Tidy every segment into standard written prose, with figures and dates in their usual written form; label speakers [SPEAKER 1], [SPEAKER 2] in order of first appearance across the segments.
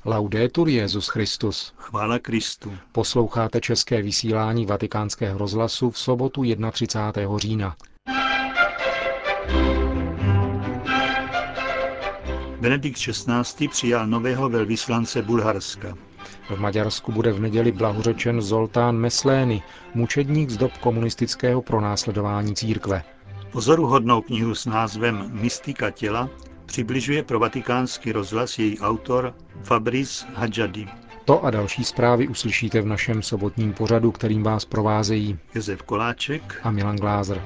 [SPEAKER 1] Laudetur Jesus Christus.
[SPEAKER 2] Chvála Kristu.
[SPEAKER 1] Posloucháte české vysílání Vatikánského rozhlasu v sobotu 31. října.
[SPEAKER 2] Benedikt XVI. Přijal nového velvyslance Bulharska.
[SPEAKER 1] V Maďarsku bude v neděli blahořečen Zoltán Meslény, mučedník z dob komunistického pronásledování církve.
[SPEAKER 2] Pozoruhodnou knihu s názvem Mystika těla přibližuje pro Vatikánský rozhlas její autor Fabrice Hadjadi.
[SPEAKER 1] To a další zprávy uslyšíte v našem sobotním pořadu, kterým vás provázejí
[SPEAKER 2] Josef Koláček
[SPEAKER 1] a Milan Glázer.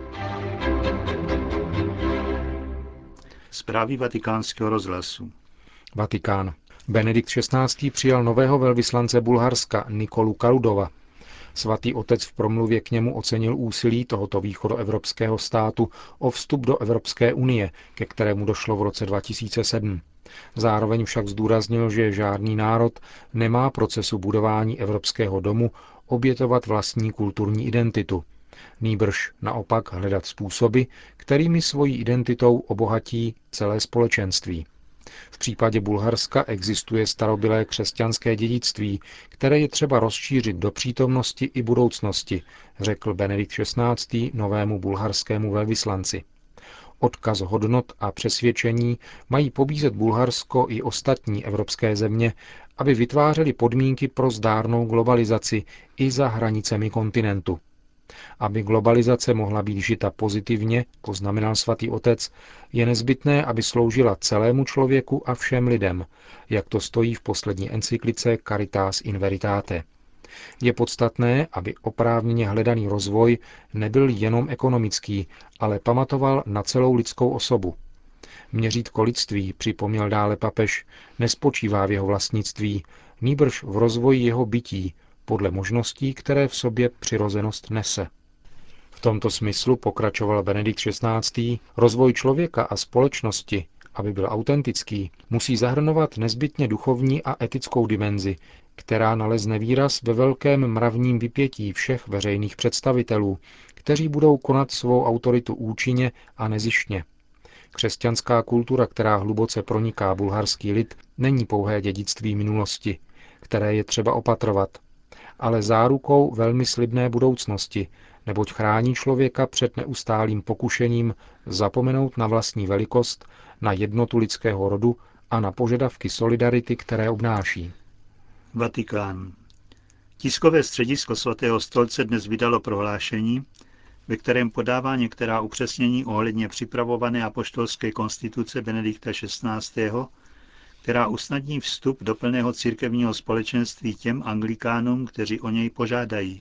[SPEAKER 2] Zprávy Vatikánského rozhlasu.
[SPEAKER 1] Vatikán. Benedikt XVI. Přijal nového velvyslance Bulharska Nikolu Kaludova. Svatý otec v promluvě k němu ocenil úsilí tohoto východoevropského státu o vstup do Evropské unie, ke kterému došlo v roce 2007. Zároveň však zdůraznil, že žádný národ nemá procesu budování Evropského domu obětovat vlastní kulturní identitu. Nýbrž naopak hledat způsoby, kterými svojí identitou obohatí celé společenství. V případě Bulharska existuje starobylé křesťanské dědictví, které je třeba rozšířit do přítomnosti i budoucnosti, řekl Benedikt XVI. Novému bulharskému velvyslanci. Odkaz hodnot a přesvědčení mají pobízet Bulharsko i ostatní evropské země, aby vytvářely podmínky pro zdárnou globalizaci i za hranicemi kontinentu. Aby globalizace mohla být žita pozitivně, poznamenal svatý otec, je nezbytné, aby sloužila celému člověku a všem lidem, jak to stojí v poslední encyklice Caritas in Veritate. Je podstatné, aby oprávněně hledaný rozvoj nebyl jenom ekonomický, ale pamatoval na celou lidskou osobu. Měřítko lidství, připomněl dále papež, nespočívá v jeho vlastnictví, nýbrž v rozvoji jeho bytí, podle možností, které v sobě přirozenost nese. V tomto smyslu, pokračoval Benedikt XVI., rozvoj člověka a společnosti, aby byl autentický, musí zahrnovat nezbytně duchovní a etickou dimenzi, která nalezne výraz ve velkém mravním vypětí všech veřejných představitelů, kteří budou konat svou autoritu účinně a nezištně. Křesťanská kultura, která hluboce proniká bulharský lid, není pouhé dědictví minulosti, které je třeba opatrovat, ale zárukou velmi slibné budoucnosti, neboť chrání člověka před neustálým pokušením zapomenout na vlastní velikost, na jednotu lidského rodu a na požadavky solidarity, které obnáší.
[SPEAKER 2] Vatikán. Tiskové středisko svatého stolce dnes vydalo prohlášení, ve kterém podává některá upřesnění ohledně připravované apoštolské konstituce Benedikta XVI., která usnadní vstup do plného církevního společenství těm anglikánům, kteří o něj požádají,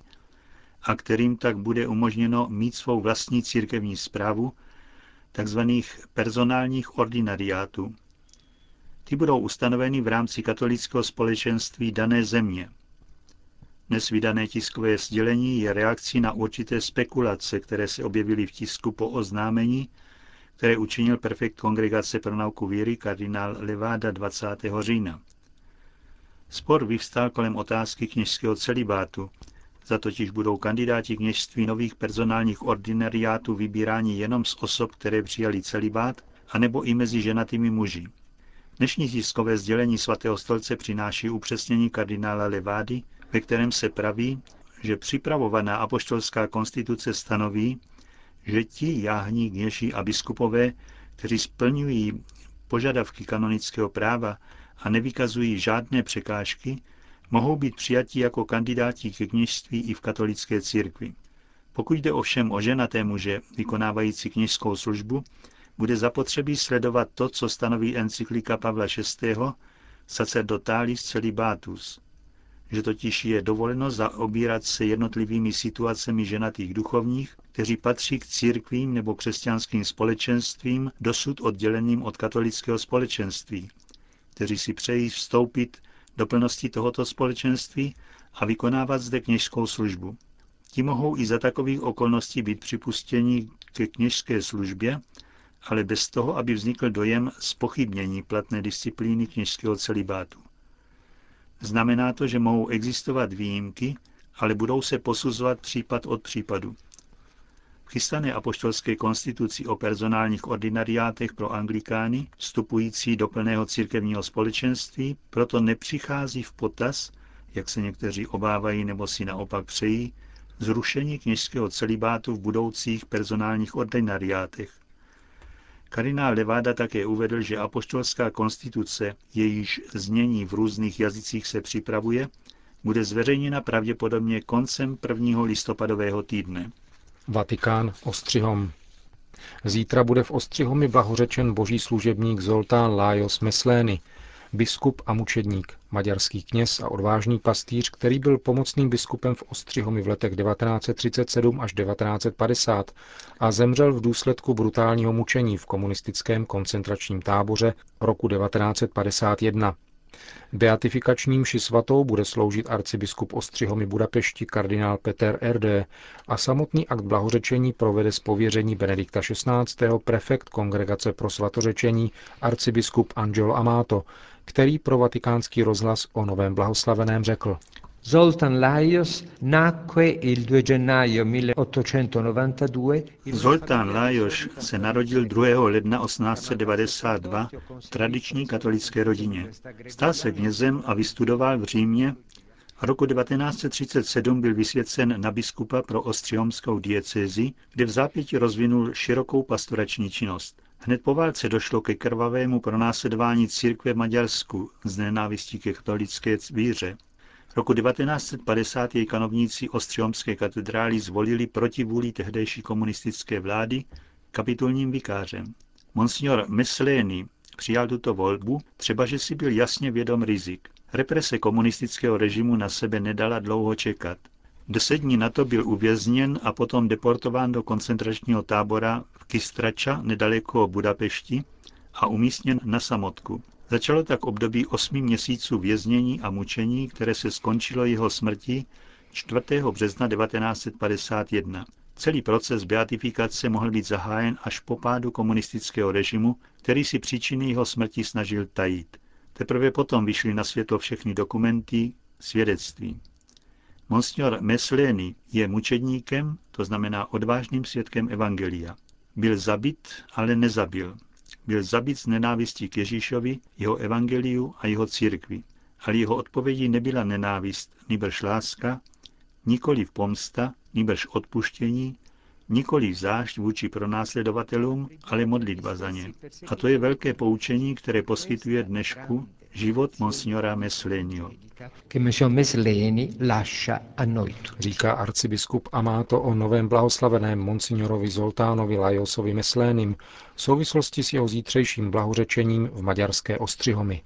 [SPEAKER 2] a kterým tak bude umožněno mít svou vlastní církevní správu, takzvaných personálních ordinariátů. Ty budou ustanoveny v rámci katolického společenství dané země. Dnes vydané tiskové sdělení je reakcí na určité spekulace, které se objevily v tisku po oznámení, které učinil prefekt Kongregace pro nauku víry kardinál Levada 20. října. Spor vyvstal kolem otázky kněžského celibátu, za totiž budou kandidáti kněžství nových personálních ordinariátů vybíráni jenom z osob, které přijali celibát, anebo i mezi ženatými muži. Dnešní tiskové sdělení svatého stolce přináší upřesnění kardinála Levády, ve kterém se praví, že připravovaná apoštolská konstituce stanoví, že ti jáhní kněží a biskupové, kteří splňují požadavky kanonického práva a nevykazují žádné překážky, mohou být přijati jako kandidáti ke kněžství i v katolické církvi. Pokud jde ovšem o ženaté muže vykonávající kněžskou službu, bude zapotřebí sledovat to, co stanoví encyklika Pavla VI. Sacerdotalis celibatus, že totiž je dovoleno zaobírat se jednotlivými situacemi ženatých duchovních, kteří patří k církvím nebo křesťanským společenstvím dosud odděleným od katolického společenství, kteří si přejí vstoupit do plnosti tohoto společenství a vykonávat zde kněžskou službu. Ti mohou i za takových okolností být připuštěni ke kněžské službě, ale bez toho, aby vznikl dojem zpochybnění platné disciplíny kněžského celibátu. Znamená to, že mohou existovat výjimky, ale budou se posuzovat případ od případu. V chystané apoštolské konstituci o personálních ordinariátech pro anglikány, vstupující do plného církevního společenství, proto nepřichází v potaz, jak se někteří obávají nebo si naopak přejí, zrušení kněžského celibátu v budoucích personálních ordinariátech. Kardinál Levada také uvedl, že apoštolská konstituce, jejíž znění v různých jazycích se připravuje, bude zveřejněna pravděpodobně koncem 1. listopadového týdne.
[SPEAKER 1] Vatikán, Ostřihom. Zítra bude v Ostřihomi blahořečen boží služebník Zoltán Lajos Meslény, biskup a mučedník, maďarský kněz a odvážný pastýř, který byl pomocným biskupem v Ostřihomi v letech 1937 až 1950 a zemřel v důsledku brutálního mučení v komunistickém koncentračním táboře roku 1951. Beatifikační mši svatou bude sloužit arcibiskup Ostřihomi Budapešti kardinál Peter Erdő a samotný akt blahořečení provede z pověření Benedikta XVI. Prefekt Kongregace pro svatořečení arcibiskup Angelo Amato, který pro Vatikánský rozhlas o novém blahoslaveném řekl:
[SPEAKER 3] Zoltán Lajos nacque il 2 gennaio 1892.
[SPEAKER 2] Zoltán Lajos se narodil 2. ledna 1892 v tradiční katolické rodině. Stal se knězem a vystudoval v Římě. Roku 1937 byl vysvěcen na biskupa pro ostřihomskou diecézi, kde v zápětí rozvinul širokou pastorační činnost. Hned po válce došlo ke krvavému pronásledování církve v Maďarsku z nenávistí ke katolické víře. Roku 1950 jej kanovníci Ostřihomské katedrály zvolili proti vůli tehdejší komunistické vlády kapitulním vikářem. Monsignor Meslény přijal tuto volbu, třebaže si byl jasně vědom rizik. Represe komunistického režimu na sebe nedala dlouho čekat. 10 dní na to byl uvězněn a potom deportován do koncentračního tábora v Kistrača nedaleko Budapešti a umístěn na samotku. Začalo tak období 8 měsíců věznění a mučení, které se skončilo jeho smrtí 4. března 1951. Celý proces beatifikace mohl být zahájen až po pádu komunistického režimu, který si příčiny jeho smrti snažil tajit. Teprve potom vyšly na světlo všechny dokumenty, svědectví. Monsignor Meslény je mučedníkem, to znamená odvážným svědkem evangelia. Byl zabit, ale nezabil. Byl zabit z nenávistí k Ježíšovi, jeho evangeliu a jeho církvi. Ale jeho odpovědí nebyla nenávist, nýbrž láska, nikoliv pomsta, nýbrž odpuštění, nikoliv zášť vůči pronásledovatelům, ale modlitba za ně. A to je velké poučení, které poskytuje dnešku život monsignora Meslényho.
[SPEAKER 1] Říká arcibiskup Amato o novém blahoslaveném monsignorovi Zoltánovi Lajosovi Meslénym v souvislosti s jeho zítřejším blahořečením v maďarské Ostřihomi.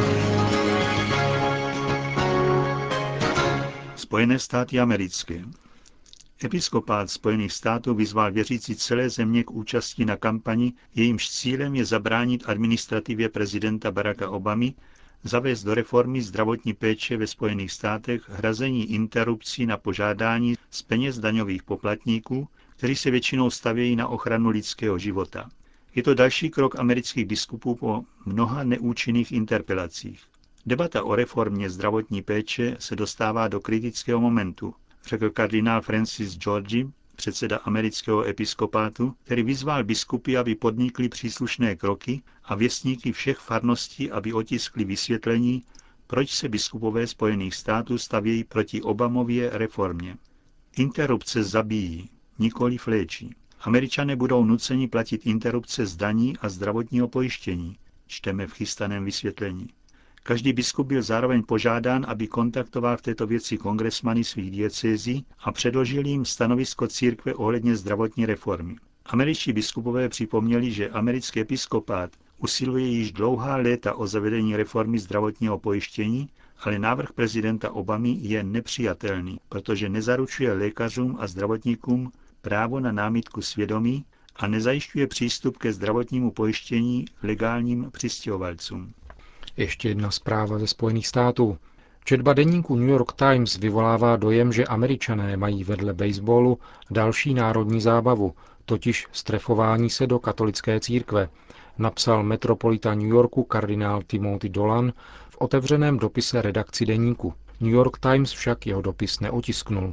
[SPEAKER 2] Spojené státy americké. Episkopát Spojených států vyzval věřící celé země k účasti na kampani, jejímž cílem je zabránit administrativě prezidenta Baracka Obamy zavést do reformy zdravotní péče ve Spojených státech hrazení interrupcí na požádání z peněz daňových poplatníků, kteří se většinou stavějí na ochranu lidského života. Je to další krok amerických biskupů po mnoha neúčinných interpelacích. Debata o reformě zdravotní péče se dostává do kritického momentu, řekl kardinál Francis Georgi, předseda amerického episkopátu, který vyzval biskupy, aby podnikli příslušné kroky a věstníky všech farností, aby otiskli vysvětlení, proč se biskupové Spojených států stavějí proti Obamově reformě. Interrupce zabíjí, nikoliv léčí. Američané budou nuceni platit interrupce z daní a zdravotního pojištění, čteme v chystaném vysvětlení. Každý biskup byl zároveň požádán, aby kontaktoval v této věci kongresmany svých diecézí a předložil jim stanovisko církve ohledně zdravotní reformy. Američtí biskupové připomněli, že americký episkopát usiluje již dlouhá léta o zavedení reformy zdravotního pojištění, ale návrh prezidenta Obamy je nepřijatelný, protože nezaručuje lékařům a zdravotníkům právo na námitku svědomí a nezajišťuje přístup ke zdravotnímu pojištění legálním přistěhovalcům.
[SPEAKER 1] Ještě jedna zpráva ze Spojených států. Četba deníku New York Times vyvolává dojem, že Američané mají vedle baseballu další národní zábavu, totiž strefování se do katolické církve, napsal metropolita New Yorku kardinál Timothy Dolan v otevřeném dopise redakci deníku. New York Times však jeho dopis neotisknul.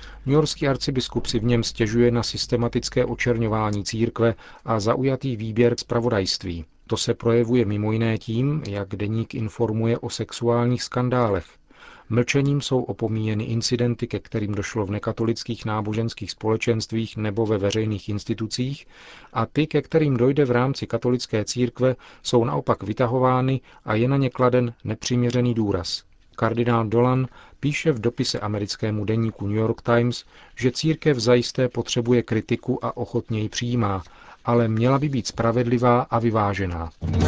[SPEAKER 1] Newyorský arcibiskup si v něm stěžuje na systematické očerňování církve a zaujatý výběr zpravodajství. To se projevuje mimo jiné tím, jak deník informuje o sexuálních skandálech. Mlčením jsou opomíjeny incidenty, ke kterým došlo v nekatolických náboženských společenstvích nebo ve veřejných institucích, a ty, ke kterým dojde v rámci katolické církve, jsou naopak vytahovány a je na ně kladen nepřiměřený důraz. Kardinál Dolan píše v dopise americkému deníku New York Times, že církev zajisté potřebuje kritiku a ochotně ji přijímá, ale měla by být spravedlivá a vyvážená.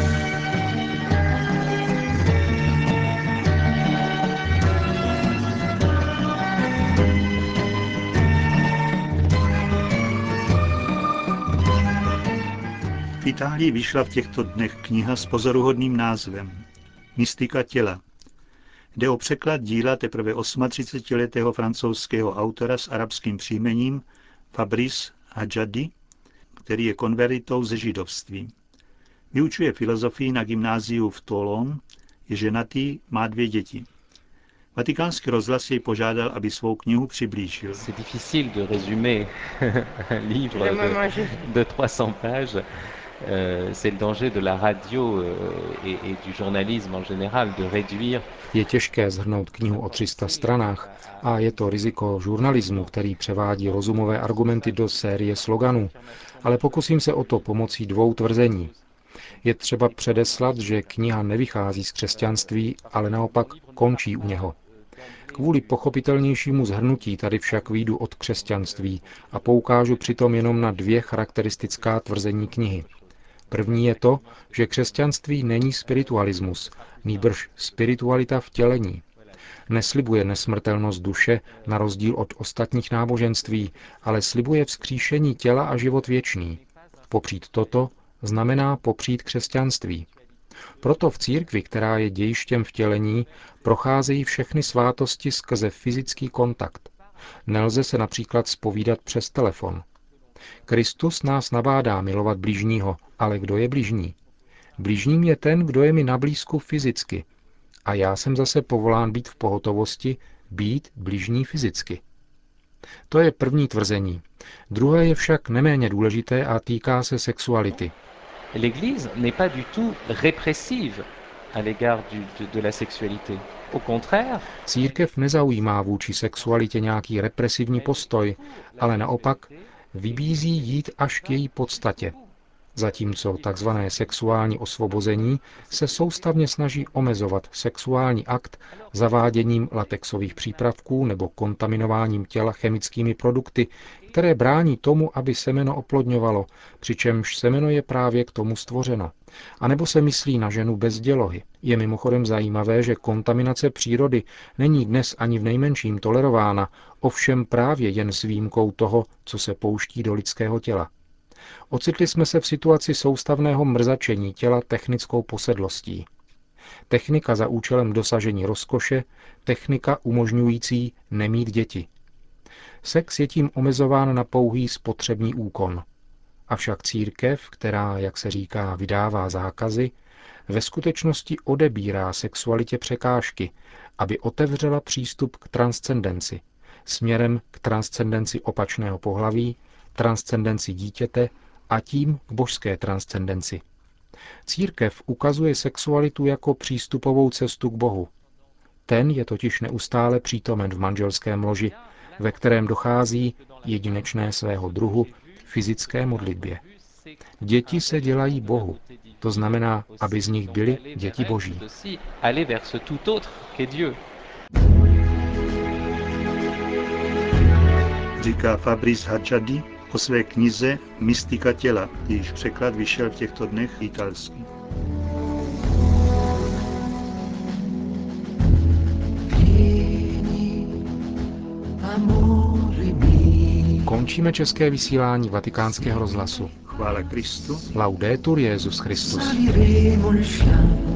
[SPEAKER 2] V Itálii vyšla v těchto dnech kniha s pozoruhodným názvem Mystika těla. Jde o překlad díla teprve 38letého francouzského autora s arabským příjmením Fabrice Hadjadi, který je konvertitou ze židovství. Vyučuje filozofii na gymnáziu v Toulon, je ženatý, má 2 děti. Vatikánský rozhlas jej požádal, aby svou knihu přiblížil.
[SPEAKER 4] C'est difficile de résumer un livre de 300 pages. C'est le danger de la radio et du journalisme en général de réduire.
[SPEAKER 1] Je těžké shrnout knihu o 300 stranách a je to riziko žurnalismu, který převádí rozumové argumenty do série sloganů, ale pokusím se o to pomocí 2 tvrzení. Je třeba předeslat, že kniha nevychází z křesťanství, ale naopak končí u něho. Kvůli pochopitelnějšímu shrnutí tady však vyjdu od křesťanství a poukážu přitom jenom na 2 charakteristická tvrzení knihy. První je to, že křesťanství není spiritualismus, nýbrž spiritualita vtělení. Neslibuje nesmrtelnost duše na rozdíl od ostatních náboženství, ale slibuje vzkříšení těla a život věčný. Popřít toto znamená popřít křesťanství. Proto v církvi, která je dějištěm vtělení, procházejí všechny svátosti skrze fyzický kontakt. Nelze se například zpovídat přes telefon. Kristus nás nabádá milovat bližního, ale kdo je bližní? Bližním je ten, kdo je mi nablízku fyzicky. A já jsem zase povolán být v pohotovosti, být bližní fyzicky. To je první tvrzení. Druhé je však neméně důležité a týká se sexuality.
[SPEAKER 4] L'Église n'est pas du tout répressive à l'égard de la sexualité. Au contraire,
[SPEAKER 1] Církev nezaujímá vůči sexualitě nějaký represivní postoj, ale naopak vybízí jít až k její podstatě. Zatímco tzv. Sexuální osvobození se soustavně snaží omezovat sexuální akt zaváděním latexových přípravků nebo kontaminováním těla chemickými produkty, které brání tomu, aby semeno oplodňovalo, přičemž semeno je právě k tomu stvořeno. A nebo se myslí na ženu bez dělohy. Je mimochodem zajímavé, že kontaminace přírody není dnes ani v nejmenším tolerována, ovšem právě jen s výjimkou toho, co se pouští do lidského těla. Ocitli jsme se v situaci soustavného mrzačení těla technickou posedlostí. Technika za účelem dosažení rozkoše, technika umožňující nemít děti. Sex je tím omezován na pouhý spotřební úkon. Avšak církev, která, jak se říká, vydává zákazy, ve skutečnosti odebírá sexualitě překážky, aby otevřela přístup k transcendenci, směrem k transcendenci opačného pohlaví, transcendenci dítěte a tím k božské transcendenci. Církev ukazuje sexualitu jako přístupovou cestu k Bohu. Ten je totiž neustále přítomen v manželském loži, ve kterém dochází jedinečné svého druhu fyzické modlitbě. Děti se dělají Bohu, to znamená, aby z nich byly děti Boží.
[SPEAKER 2] Říká Fabrice Hadjadi o své knize Mystika těla, jejíž překlad vyšel v těchto dnech italský.
[SPEAKER 1] Končíme české vysílání Vatikánského rozhlasu.
[SPEAKER 2] Chvála Kristu.
[SPEAKER 1] Laudetur Jesus Christus.